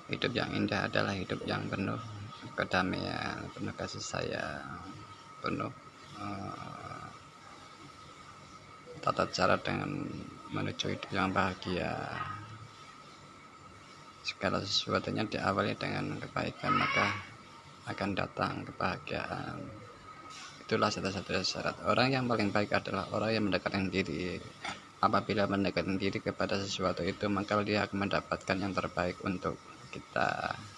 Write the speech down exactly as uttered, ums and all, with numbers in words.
Hidup yang indah adalah hidup yang penuh kedamaian, penuh kasih sayang, penuh uh, tata cara dengan menuju hidup yang bahagia. Segala sesuatunya diawali dengan kebaikan, maka akan datang kebahagiaan. Itulah satu-satunya syarat. Orang yang paling baik adalah orang yang mendekatkan diri. Apabila mendekatkan diri kepada sesuatu itu, maka dia akan mendapatkan yang terbaik untuk kita.